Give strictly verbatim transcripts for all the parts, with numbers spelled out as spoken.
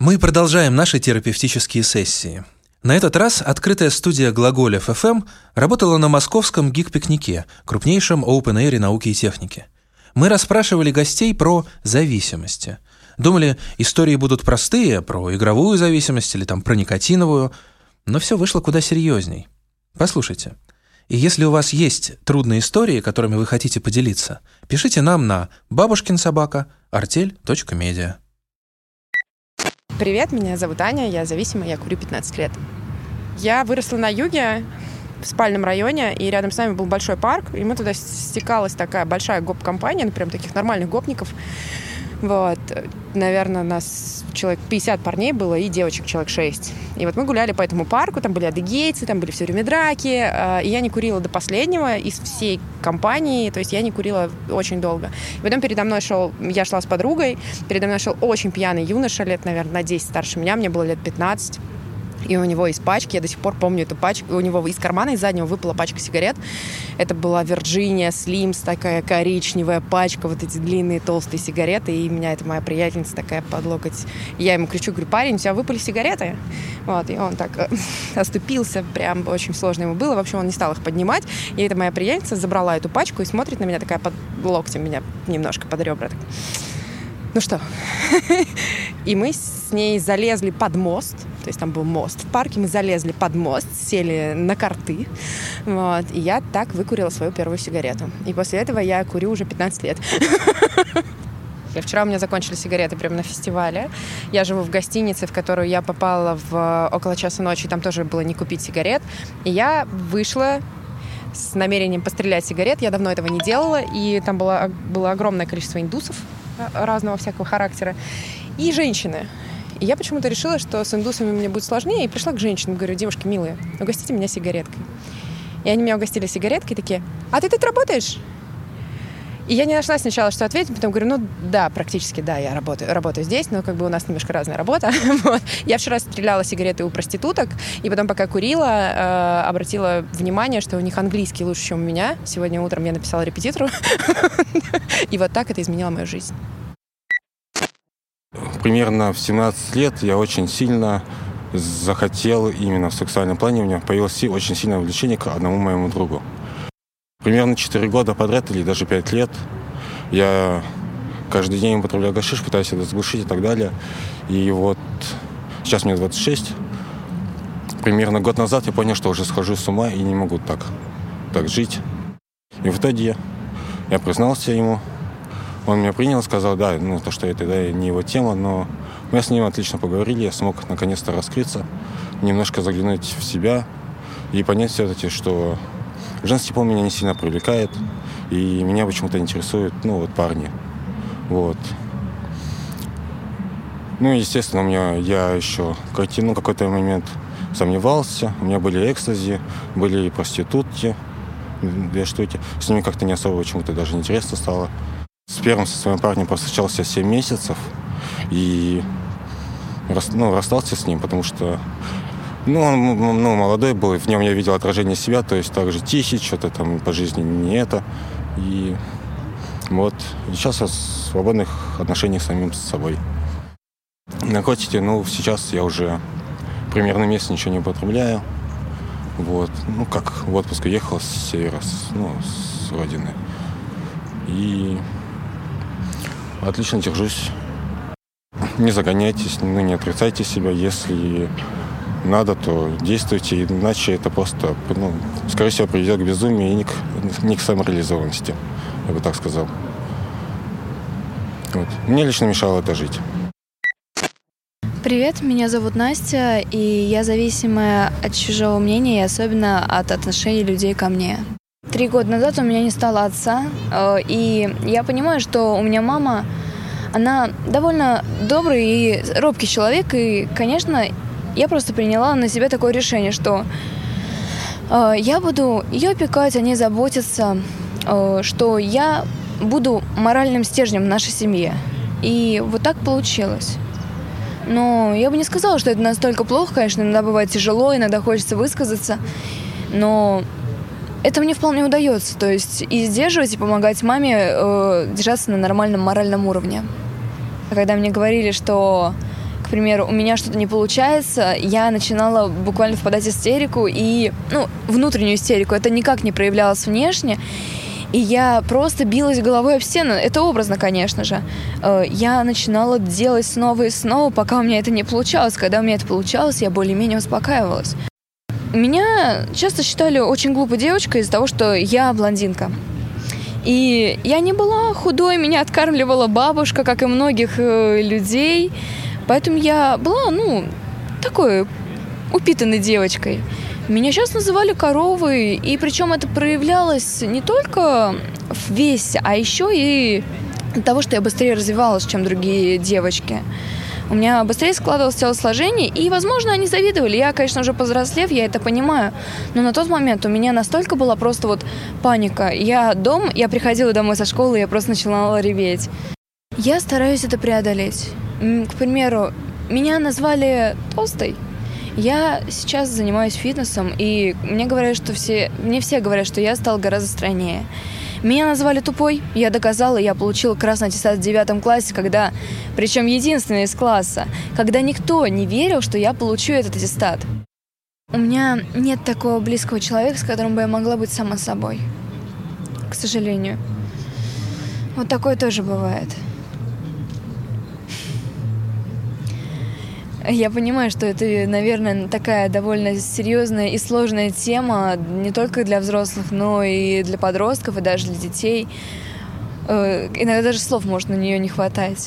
Мы продолжаем наши терапевтические сессии. На этот раз открытая студия «Глаголев эф эм» работала на московском гик-пикнике, крупнейшем оупен-эйре науки и техники. Мы расспрашивали гостей про зависимости. Думали, истории будут простые, про игровую зависимость или там про никотиновую, но все вышло куда серьезней. Послушайте. И если у вас есть трудные истории, которыми вы хотите поделиться, пишите нам на бабушкин собака артель точка медиа. Привет, меня зовут Аня, я зависимая, я курю пятнадцать лет. Я выросла на юге, в спальном районе, и рядом с нами был большой парк, и мы туда стекалась такая большая гоп-компания, ну, прям таких нормальных гопников. Вот, наверное, у нас человек пятьдесят парней было и девочек человек шесть. И вот мы гуляли по этому парку, там были адыгейцы, там были все время драки, и я не курила до последнего из всей компании, то есть я не курила очень долго. И потом передо мной шел, я шла с подругой, передо мной шел очень пьяный юноша, лет, наверное, на десять старше меня, мне было лет пятнадцать. И у него из пачки, я до сих пор помню эту пачку, у него из кармана, из заднего выпала пачка сигарет. Это была Virginia Slims, такая коричневая пачка, вот эти длинные толстые сигареты. И меня это моя приятельница такая под локоть. И я ему кричу, говорю, парень, у тебя выпали сигареты? Вот, и он так оступился, прям очень сложно ему было. В общем, он не стал их поднимать. И эта моя приятельница забрала эту пачку и смотрит на меня такая под локтем, меня немножко под ребра. Так. Ну что? И мы с ней залезли под мост. То есть там был мост в парке. Мы залезли под мост, сели на корты. Вот, и я так выкурила свою первую сигарету. И после этого я курю уже пятнадцать лет. Вчера у меня закончились сигареты прямо на фестивале. Я живу в гостинице, в которую я попала в около часа ночи. Там тоже было не купить сигарет. И я вышла с намерением пострелять сигарет. Я давно этого не делала. И там было, было огромное количество индусов разного всякого характера. И женщины. И я почему-то решила, что с индусами мне будет сложнее, и пришла к женщинам, говорю, девушки милые, угостите меня сигареткой. И они меня угостили сигареткой, такие, а ты тут работаешь? И я не нашла сначала, что ответить, потом говорю, ну да, практически да, я работаю, работаю здесь, но как бы у нас немножко разная работа. Вот. Я вчера стреляла сигареты у проституток, и потом, пока курила, э, обратила внимание, что у них английский лучше, чем у меня. Сегодня утром я написала репетитору, и вот так это изменило мою жизнь. Примерно в семнадцать лет я очень сильно захотел именно в сексуальном плане. У меня появилось очень сильное увлечение к одному моему другу. Примерно четыре года подряд или даже пять лет я каждый день употребляю гашиш, пытаюсь это заглушить и так далее. И вот сейчас мне двадцать шесть. Примерно год назад я понял, что уже схожу с ума и не могу так, так жить. И в итоге я признался ему. Он меня принял, сказал, да, ну, то, что это да, не его тема, но мы с ним отлично поговорили, я смог наконец-то раскрыться, немножко заглянуть в себя и понять все-таки, что женский пол меня не сильно привлекает, и меня почему-то интересуют, ну, вот, парни. Вот. Ну, естественно, у меня, я еще ну, какой-то момент сомневался, у меня были экстази, были проститутки, две штуки, с ними как-то не особо почему-то даже интересно стало. С первым со своим парнем повстречался семь месяцев и ну, расстался с ним, потому что ну, он ну, молодой был, в нем я видел отражение себя, то есть также тихий, что-то там по жизни не это. И вот и сейчас я в свободных отношениях с самим собой. Наркотики, ну, сейчас я уже примерно месяц ничего не употребляю. Вот. Ну, как в отпуск уехал с севера, ну, с родины. И отлично держусь. Не загоняйтесь, ну, не отрицайте себя. Если надо, то действуйте, иначе это просто, ну, скорее всего, приведет к безумию и не к, не к самореализованности, я бы так сказал. Вот. Мне лично мешало это жить. Привет, меня зовут Настя, и я зависимая от чужого мнения, и особенно от отношений людей ко мне. Три года назад у меня не стало отца, и я понимаю, что у меня мама, она довольно добрый и робкий человек, и, конечно, я просто приняла на себя такое решение, что я буду ее опекать, о ней заботиться, что я буду моральным стержнем в нашей семье. И вот так получилось. Но я бы не сказала, что это настолько плохо. Конечно, иногда бывает тяжело, иногда хочется высказаться. Но это мне вполне удается. То есть и сдерживать, и помогать маме э, держаться на нормальном моральном уровне. А когда мне говорили, что, к примеру, у меня что-то не получается, я начинала буквально впадать в истерику, и, ну, внутреннюю истерику. Это никак не проявлялось внешне. И я просто билась головой об стену. Это образно, конечно же. Я начинала делать снова и снова, пока у меня это не получалось. Когда у меня это получалось, я более-менее успокаивалась. Меня часто считали очень глупой девочкой из-за того, что я блондинка. И я не была худой, меня откармливала бабушка, как и многих людей. Поэтому я была, ну, такой упитанной девочкой. Меня сейчас называли коровой, и причем это проявлялось не только в весе, а еще и от того, что я быстрее развивалась, чем другие девочки. У меня быстрее складывалось телосложение, и, возможно, они завидовали. Я, конечно, уже повзрослев, я это понимаю, но на тот момент у меня настолько была просто вот паника. Я дом, я приходила домой со школы, и я просто начинала реветь. Я стараюсь это преодолеть. К примеру, меня назвали толстой. Я сейчас занимаюсь фитнесом, и мне говорят, что все, мне все говорят, что я стала гораздо стройнее. Меня назвали тупой, я доказала, я получила красный аттестат в девятом классе, когда, причем единственный из класса, когда никто не верил, что я получу этот аттестат. У меня нет такого близкого человека, с которым бы я могла быть сама собой. К сожалению. Вот такое тоже бывает. Я понимаю, что это, наверное, такая довольно серьезная и сложная тема не только для взрослых, но и для подростков, и даже для детей. Иногда даже слов может на нее не хватать.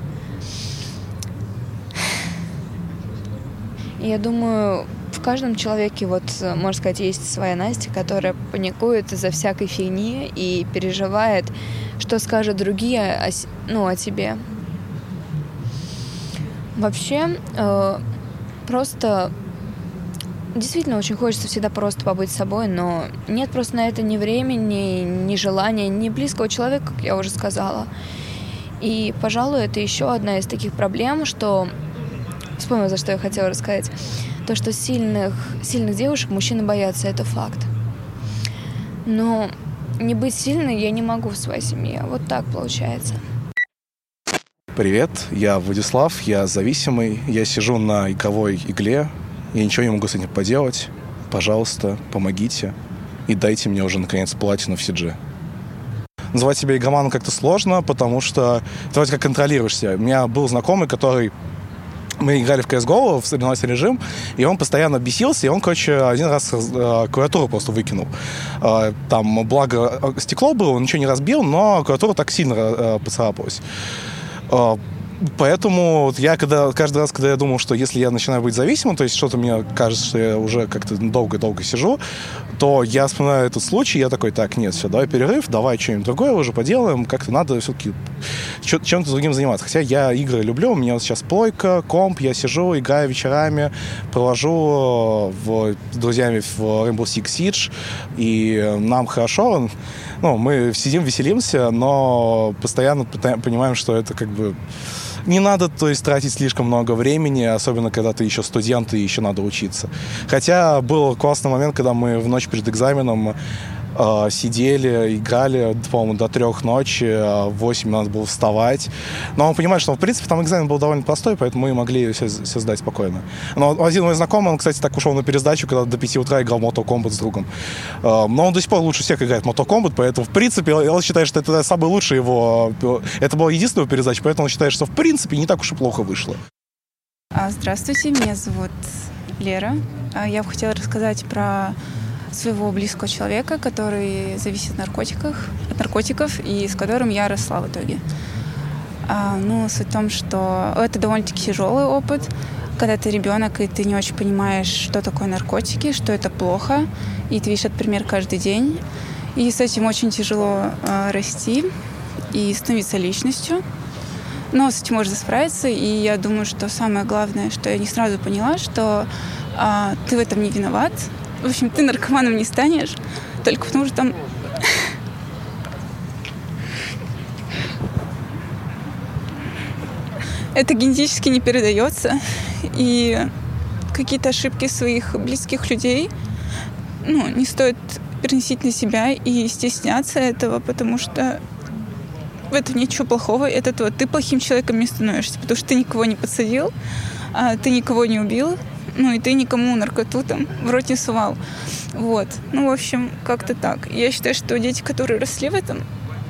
Я думаю, в каждом человеке, вот, можно сказать, есть своя Настя, которая паникует из-за всякой фигни и переживает, что скажут другие о, ну, о тебе. Вообще, э, просто действительно очень хочется всегда просто побыть собой, но нет просто на это ни времени, ни желания, ни близкого человека, как я уже сказала. И, пожалуй, это еще одна из таких проблем, что... Вспомнила, за что я хотела рассказать. То, что сильных, сильных девушек мужчины боятся, это факт. Но не быть сильной я не могу в своей семье. Вот так получается. Привет, я Владислав, я зависимый, я сижу на игловой игле, я ничего не могу с этим поделать. Пожалуйста, помогите и дайте мне уже, наконец, платину в си джи. Называть себя игроманом как-то сложно, потому что ты вроде как контролируешь себя. У меня был знакомый, который... Мы играли в си эс го, в соревновательный режим, и он постоянно бесился, и он, короче, один раз э, клавиатуру просто выкинул. Э, там, благо, стекло было, он ничего не разбил, но клавиатура так сильно э, поцарапалась. Поэтому я когда, каждый раз, когда я думал, что если я начинаю быть зависимым, то есть что-то мне кажется, что я уже как-то долго-долго сижу, то я вспоминаю этот случай, я такой, так, нет, все, давай перерыв, давай что-нибудь другое уже поделаем, как-то надо все-таки чем-то другим заниматься. Хотя я игры люблю, у меня вот сейчас плойка, комп, я сижу, играю вечерами, провожу в, с друзьями в Rainbow Six Siege, и нам хорошо, ну, мы сидим, веселимся, но постоянно понимаем, что это как бы не надо, то есть, тратить слишком много времени, особенно когда ты еще студент и еще надо учиться. Хотя был классный момент, когда мы в ночь перед экзаменом э, сидели, играли, по-моему, до трех ночи, а в восемь надо было вставать. Но он понимает, что, в принципе, там экзамен был довольно простой, поэтому мы могли все, все сдать спокойно. Но один мой знакомый, он, кстати, так ушел на пересдачу, когда до пяти утра играл в Mortal Kombat с другом. Э, но он до сих пор лучше всех играет в Mortal Kombat, поэтому, в принципе, он считает, что это самый лучший его... Это была единственная пересдача, поэтому он считает, что, в принципе, не так уж и плохо вышло. Здравствуйте, меня зовут Лера. Я бы хотела рассказать про своего близкого человека, который зависит от наркотиков, от наркотиков и с которым я росла в итоге. А, ну, суть в том, что это довольно-таки тяжелый опыт, когда ты ребенок, и ты не очень понимаешь, что такое наркотики, что это плохо, и ты видишь этот пример каждый день. И с этим очень тяжело а, расти и становиться личностью. Но с этим можно справиться, и я думаю, что самое главное, что я не сразу поняла, что а, ты в этом не виноват. В общем, ты наркоманом не станешь, только потому что там... Это генетически не передается, и какие-то ошибки своих близких людей, ну, не стоит переносить на себя и стесняться этого, потому что в этом нет ничего плохого. Это то, ты плохим человеком не становишься, потому что ты никого не подсадил, ты никого не убил, ну и ты никому наркоту там в рот не сувал. Вот. Ну, в общем, как-то так. Я считаю, что дети, которые росли в этом,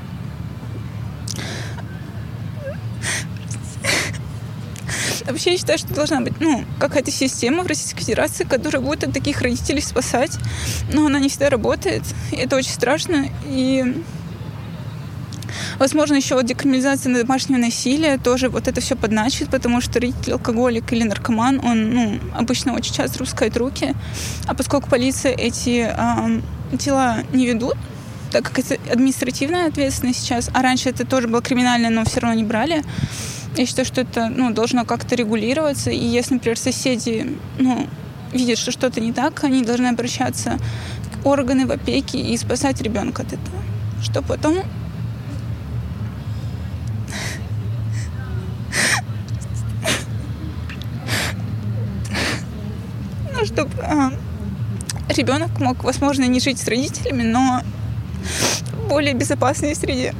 вообще, я считаю, что должна быть, ну, какая-то система в Российской Федерации, которая будет от таких родителей спасать. Но она не всегда работает. И это очень страшно. И, возможно, еще вот декриминализация домашнего насилия тоже вот это все подначит, потому что родитель алкоголик или наркоман, он, ну, обычно очень часто распускает руки. А поскольку полиция эти э, дела не ведут, так как это административная ответственность сейчас, а раньше это тоже было криминально, но все равно не брали, я считаю, что это, ну, должно как-то регулироваться. И если, например, соседи, ну, видят, что что-то не так, они должны обращаться в органы, в опеки и спасать ребенка от этого. Что потом... Ну, чтобы а, ребенок мог, возможно, не жить с родителями, но в более безопасной среде.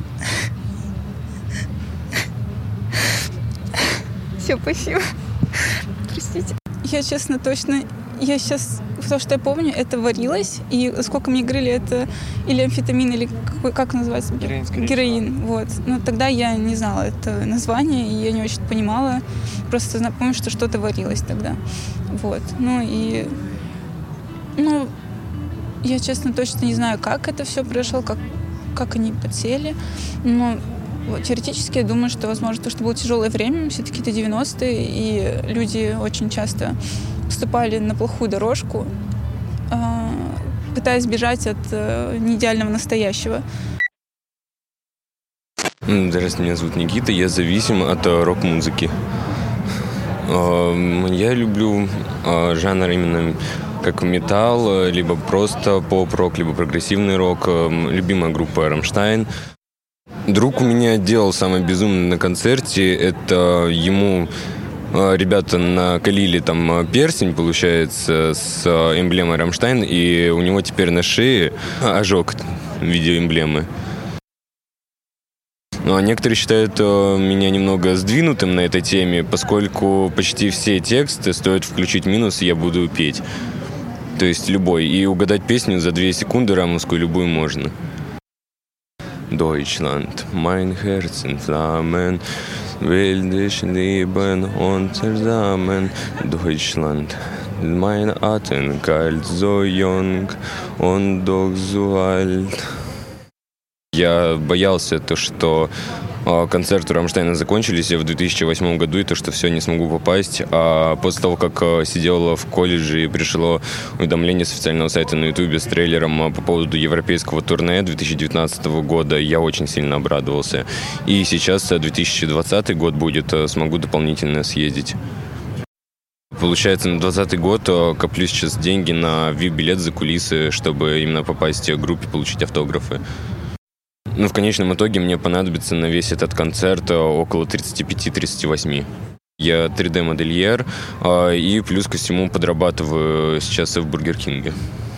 Все, спасибо. Простите. Я, честно, точно... Я сейчас... То, что я помню, это варилось. И сколько мне говорили, это или амфетамин, или какой, как называется? Героин. Героин. Вот. Но тогда я не знала это название, и я не очень понимала. Просто помню, что что-то варилось тогда. Вот. Ну и... Ну, я, честно, точно не знаю, как это все произошло, как, как они подсели. Но... Вот, теоретически я думаю, что, возможно, то, что было тяжелое время, все-таки это девяностые, и люди очень часто вступали на плохую дорожку, пытаясь бежать от неидеального настоящего. Здравствуйте, меня зовут Никита, я зависим от рок-музыки. Я люблю жанр именно как металл, либо просто поп-рок, либо прогрессивный рок. Любимая группа «Рамштайн». Друг у меня делал самое безумное на концерте. Это ему ребята накалили там перстень, получается, с эмблемой «Рамштайн», и у него теперь на шее ожог в виде эмблемы. Ну, а некоторые считают меня немного сдвинутым на этой теме, поскольку почти все тексты стоит включить минус, и я буду петь. То есть любой. И угадать песню за две секунды рамовскую любую можно. Deutschland, mein Herz in Flammen, will dich lieben und zusammen. Deutschland, mein Atem kalt, so jung und doch so alt. Я боялся то, что концерты Рамштайна закончились в две тысячи восьмом году, и то, что все, не смогу попасть. А после того, как сидел в колледже и пришло уведомление с официального сайта на Ютубе с трейлером по поводу европейского турне две тысячи девятнадцатого года, я очень сильно обрадовался. И сейчас две тысячи двадцатый год будет, смогу дополнительно съездить. Получается, на двадцатый год коплю сейчас деньги на ви ай пи-билет за кулисы, чтобы именно попасть к группе, получить автографы. Ну, в конечном итоге мне понадобится на весь этот концерт около тридцать пять - тридцать восемь. Я три дэ-модельер и плюс ко всему подрабатываю сейчас и в Бургер Кинге.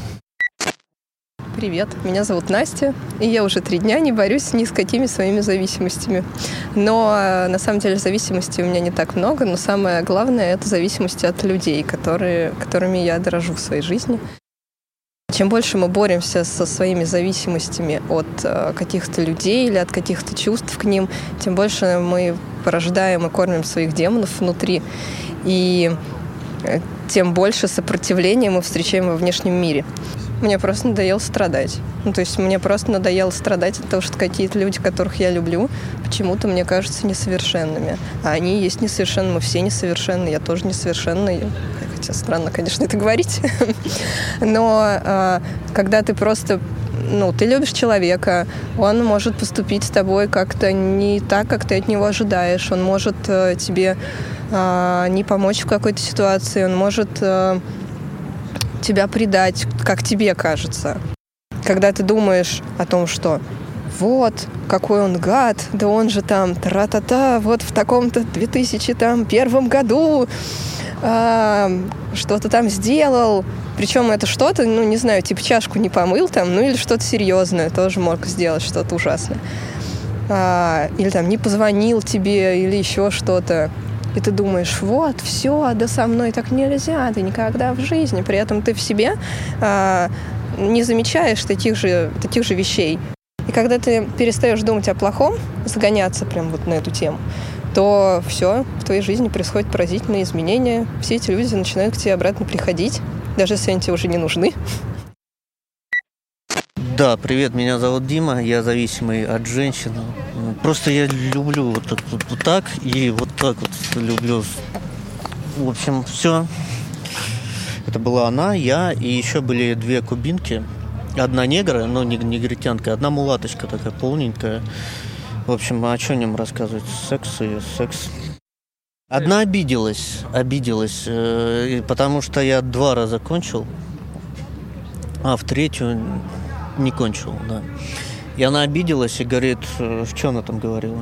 Привет, меня зовут Настя, и я уже три дня не борюсь ни с какими своими зависимостями. Но на самом деле зависимостей у меня не так много, но самое главное — это зависимости от людей, которые, которыми я дорожу в своей жизни. Чем больше мы боремся со своими зависимостями от э, каких-то людей или от каких-то чувств к ним, тем больше мы порождаем и кормим своих демонов внутри. И э, тем больше сопротивления мы встречаем во внешнем мире. Мне просто надоело страдать. Ну, то есть мне просто надоело страдать от того, что какие-то люди, которых я люблю, почему-то мне кажутся несовершенными. А они есть несовершенны, мы все несовершенны, я тоже несовершенный. Хотя странно, конечно, это говорить. Но а, когда ты просто... Ну, ты любишь человека, он может поступить с тобой как-то не так, как ты от него ожидаешь. Он может а, тебе а, не помочь в какой-то ситуации, он может... А, тебя предать, как тебе кажется. Когда ты думаешь о том, что вот, какой он гад, да он же там тра-та-та, вот в таком-то две тысячи первом году а, что-то там сделал. Причем это что-то, ну, не знаю, типа чашку не помыл там, ну или что-то серьезное, тоже мог сделать что-то ужасное. а, или там не позвонил тебе, или еще что-то. И ты думаешь, вот, все, да со мной так нельзя, ты никогда в жизни. При этом ты в себе а, не замечаешь таких же, таких же вещей. И когда ты перестаешь думать о плохом, загоняться прям вот на эту тему, то все, в твоей жизни происходят поразительные изменения. Все эти люди начинают к тебе обратно приходить, даже если они тебе уже не нужны. Да, привет, меня зовут Дима, я зависимый от женщин. Просто я люблю вот так вот, вот так и вот так вот люблю. В общем, все. Это была она, я и еще были две кубинки. Одна негра, но не негритянка, одна мулаточка такая полненькая. В общем, а что о нем рассказывать? Секс и секс. Одна обиделась, обиделась, потому что я два раза кончил, а в третью не кончил, да. И она обиделась и говорит, в чем она там говорила?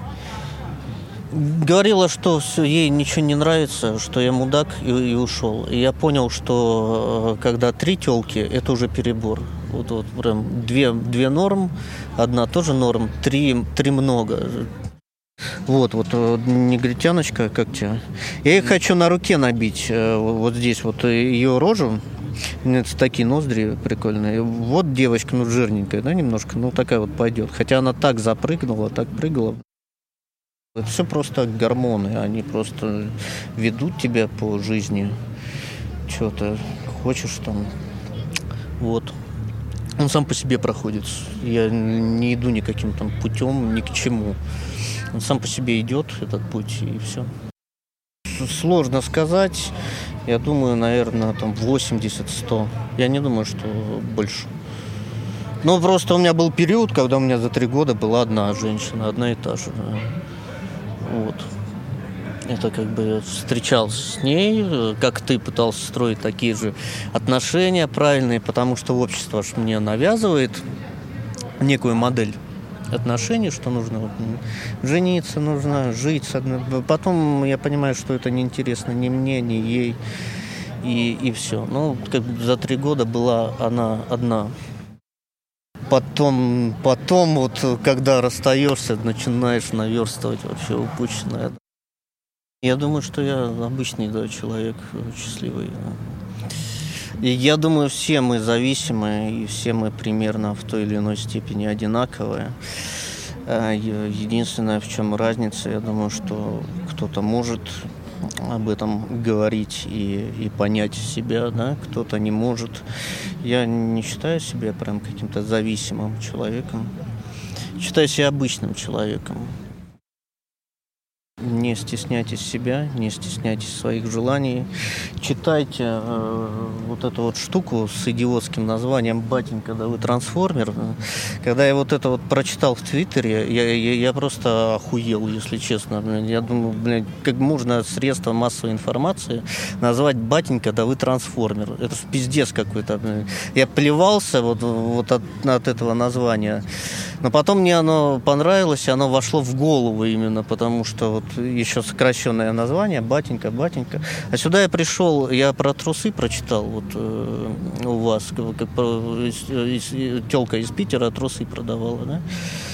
Говорила, что все, ей ничего не нравится, что я мудак, и, и ушел. И я понял, что когда три тёлки, это уже перебор. Вот, вот прям две, две норм, одна тоже норм, три, три много. Вот, вот негритяночка, как тебе? Я ей хочу на руке набить, вот здесь вот ее рожу. Это такие ноздри прикольные. Вот девочка, ну, жирненькая, да, немножко, ну, такая вот пойдет. Хотя она так запрыгнула, так прыгала. Это все просто гормоны, они просто ведут тебя по жизни. Что-то хочешь там, вот. Он сам по себе проходит. Я не иду никаким там путем, ни к чему. Он сам по себе идет, этот путь, и все. Сложно сказать. Я думаю, наверное, там восемьдесят-сто. Я не думаю, что больше. Ну, просто у меня был период, когда у меня за три года была одна женщина, одна и та же. Да. Вот. Это как бы встречался с ней, как ты пытался строить такие же отношения правильные, потому что общество ж мне навязывает некую модель отношений, что нужно вот, жениться, нужно жить. Потом я понимаю, что это неинтересно ни мне, ни ей, и, и все. Ну, как бы за три года была она одна. Потом, потом вот, когда расстаешься, начинаешь наверстывать вообще упущенное. Я думаю, что я обычный, да, человек, счастливый. И я думаю, все мы зависимы, и все мы примерно в той или иной степени одинаковые. Единственное, в чем разница, я думаю, что кто-то может об этом говорить и, и понять себя, да, кто-то не может. Я не считаю себя прям каким-то зависимым человеком. Считаю себя обычным человеком. Не стесняйтесь себя, не стесняйтесь своих желаний. Читайте э, вот эту вот штуку с идиотским названием «Батенька, да вы трансформер». Когда я вот это вот прочитал в Твиттере, я, я, я просто охуел, если честно. Я думаю, блядь, как можно средство массовой информации назвать «Батенька, да вы трансформер». Это ж пиздец какой-то. Я плевался вот, вот от, от этого названия. Но потом мне оно понравилось, и оно вошло в голову именно, потому что вот еще сокращенное название «Батенька, батенька». А сюда я пришел, я про трусы прочитал, вот э, у вас, как, как тёлка из Питера трусы продавала, да?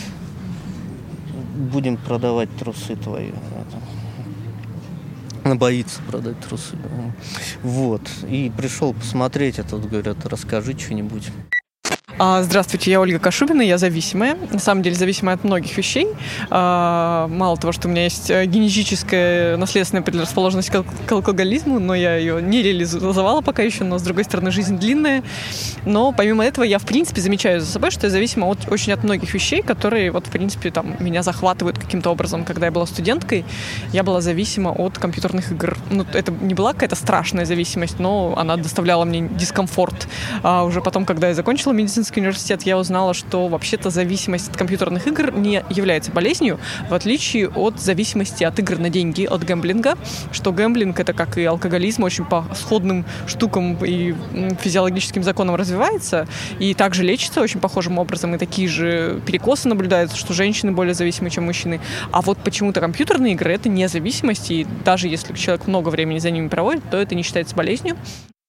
Будем продавать трусы твои. Она боится продать трусы. Вот. И пришел посмотреть, а тут говорят, расскажи что-нибудь. Здравствуйте, я Ольга Кашубина, я зависимая. На самом деле зависимая от многих вещей. Мало того, что у меня есть генетическая наследственная предрасположенность к алкоголизму, но я ее не реализовала пока еще, но, с другой стороны, жизнь длинная. Но помимо этого я, в принципе, замечаю за собой, что я зависима от, очень от многих вещей, которые, вот, в принципе, там, меня захватывают каким-то образом. Когда я была студенткой, я была зависима от компьютерных игр. Ну, это не была какая-то страшная зависимость, но она доставляла мне дискомфорт. А уже потом, когда я закончила медицинский университет, я узнала, что вообще-то зависимость от компьютерных игр не является болезнью, в отличие от зависимости от игр на деньги, от гэмблинга, что гэмблинг, это как и алкоголизм, очень по сходным штукам и физиологическим законам развивается, и также лечится очень похожим образом, и такие же перекосы наблюдаются, что женщины более зависимы, чем мужчины. А вот почему-то компьютерные игры — это не зависимость, и даже если человек много времени за ними проводит, то это не считается болезнью.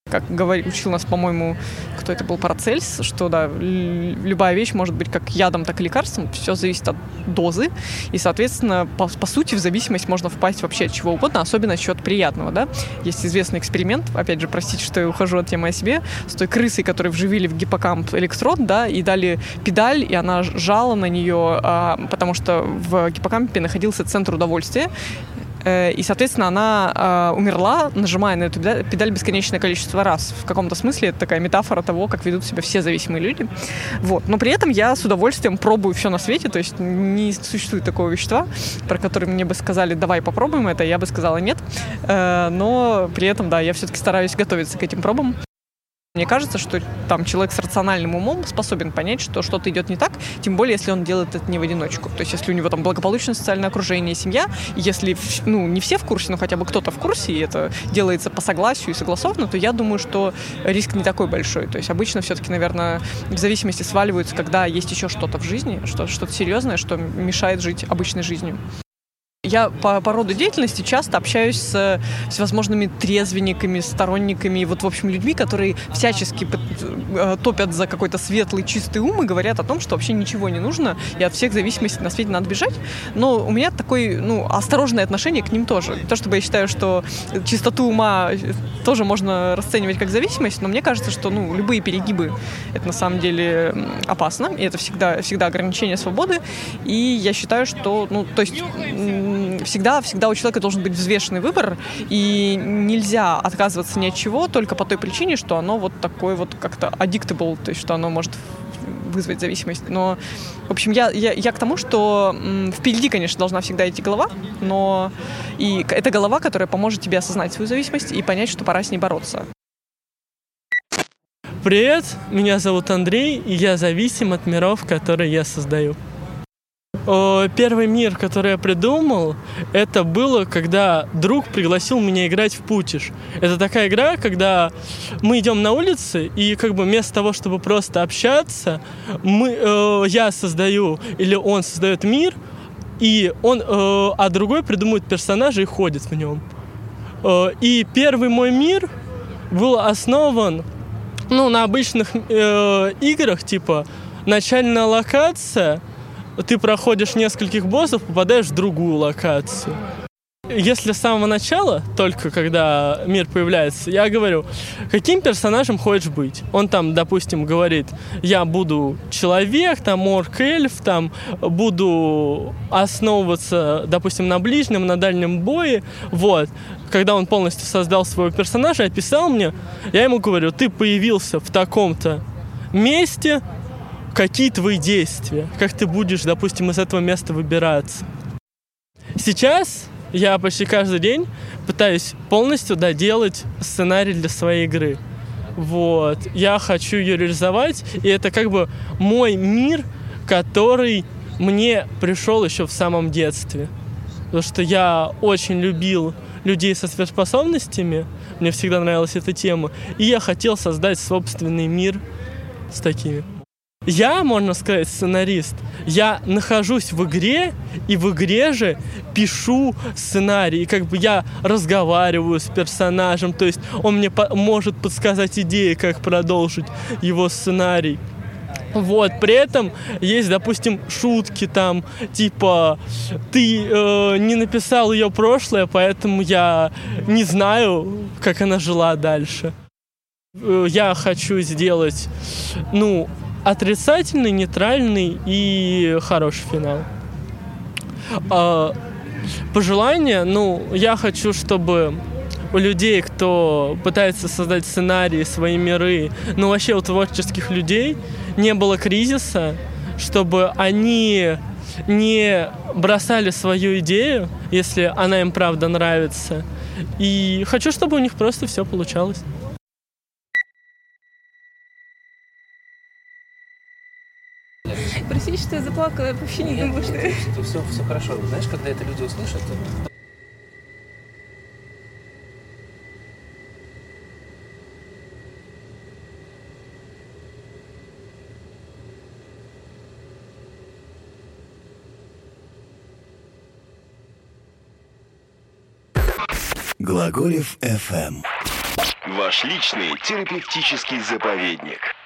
Как говорил, учил нас, по-моему, кто это был, Парацельс, что да, любая вещь может быть как ядом, так и лекарством. Все зависит от дозы. И, соответственно, по, по сути, в зависимость можно впасть вообще от чего угодно, особенно от чего-то приятного. Да? Есть известный эксперимент, опять же, простите, что я ухожу от темы о себе, с той крысой, которой вживили в гиппокамп электрод, да, и дали педаль, и она жала на нее, а, потому что в гиппокампе находился центр удовольствия. И, соответственно, она э, умерла, нажимая на эту педаль бесконечное количество раз. В каком-то смысле это такая метафора того, как ведут себя все зависимые люди. Вот. Но при этом я с удовольствием пробую все на свете. То есть не существует такого вещества, про которое мне бы сказали, давай попробуем это, я бы сказала нет. Э, но при этом, да, я все-таки стараюсь готовиться к этим пробам. Мне кажется, что там человек с рациональным умом способен понять, что что-то идет не так, тем более, если он делает это не в одиночку. То есть, если у него там благополучное социальное окружение, семья, и если, ну, не все в курсе, но хотя бы кто-то в курсе, и это делается по согласию и согласованно, то я думаю, что риск не такой большой. То есть, обычно все-таки, наверное, зависимости сваливаются, когда есть еще что-то в жизни, что- что-то серьезное, что мешает жить обычной жизнью. Я по, по роду деятельности часто общаюсь с всевозможными трезвенниками, сторонниками, вот, в общем, людьми, которые всячески топят за какой-то светлый, чистый ум и говорят о том, что вообще ничего не нужно, и от всех зависимостей на свете надо бежать. Но у меня такое, ну, осторожное отношение к ним тоже. Не то чтобы я считаю, что чистоту ума тоже можно расценивать как зависимость, но мне кажется, что, ну, любые перегибы — это на самом деле опасно, и это всегда, всегда ограничение свободы. И я считаю, что, ну, то есть Всегда, всегда у человека должен быть взвешенный выбор, и нельзя отказываться ни от чего только по той причине, что оно вот такое вот как-то addictable, то есть что оно может вызвать зависимость. Но, в общем, я, я, я к тому, что м, впереди, конечно, должна всегда идти голова, но и это голова, которая поможет тебе осознать свою зависимость и понять, что пора с ней бороться. Привет, меня зовут Андрей, и я зависим от миров, которые я создаю. Первый мир, который я придумал, это было, когда друг пригласил меня играть в Путиш. Это такая игра, когда мы идем на улице, и как бы вместо того, чтобы просто общаться, мы, э, я создаю или он создает мир, и он, э, а другой придумывает персонажа и ходит в нем. Э, и первый мой мир был основан, ну, на обычных э, играх, типа начальная локация. Ты проходишь нескольких боссов, попадаешь в другую локацию. Если с самого начала, только когда мир появляется, я говорю, каким персонажем хочешь быть? Он там, допустим, говорит, я буду человек, там, орк, эльф, там, буду основываться, допустим, на ближнем, на дальнем бое. Вот. Когда он полностью создал своего персонажа, описал мне, я ему говорю, ты появился в таком-то месте, какие твои действия, как ты будешь, допустим, из этого места выбираться. Сейчас я почти каждый день пытаюсь полностью доделать сценарий для своей игры. Вот. Я хочу ее реализовать, и это как бы мой мир, который мне пришел еще в самом детстве. Потому что я очень любил людей со сверхспособностями, мне всегда нравилась эта тема, и я хотел создать собственный мир с такими. Я, можно сказать, сценарист. Я нахожусь в игре, и в игре же пишу сценарий. И как бы я разговариваю с персонажем, то есть он мне по- может подсказать идеи, как продолжить его сценарий. Вот, при этом есть, допустим, шутки там, типа, ты э, не написал ее прошлое, поэтому я не знаю, как она жила дальше. Э, я хочу сделать, ну, отрицательный, нейтральный и хороший финал. А, пожелания, ну, я хочу, чтобы у людей, кто пытается создать сценарии, свои миры, ну, вообще у творческих людей не было кризиса, чтобы они не бросали свою идею, если она им правда нравится. И хочу, чтобы у них просто все получалось. Простите, что я заплакала, я вообще не думала, что... Нет, все, все хорошо. Знаешь, когда это люди услышат... Глаголев эф эм. Ваш личный терапевтический заповедник.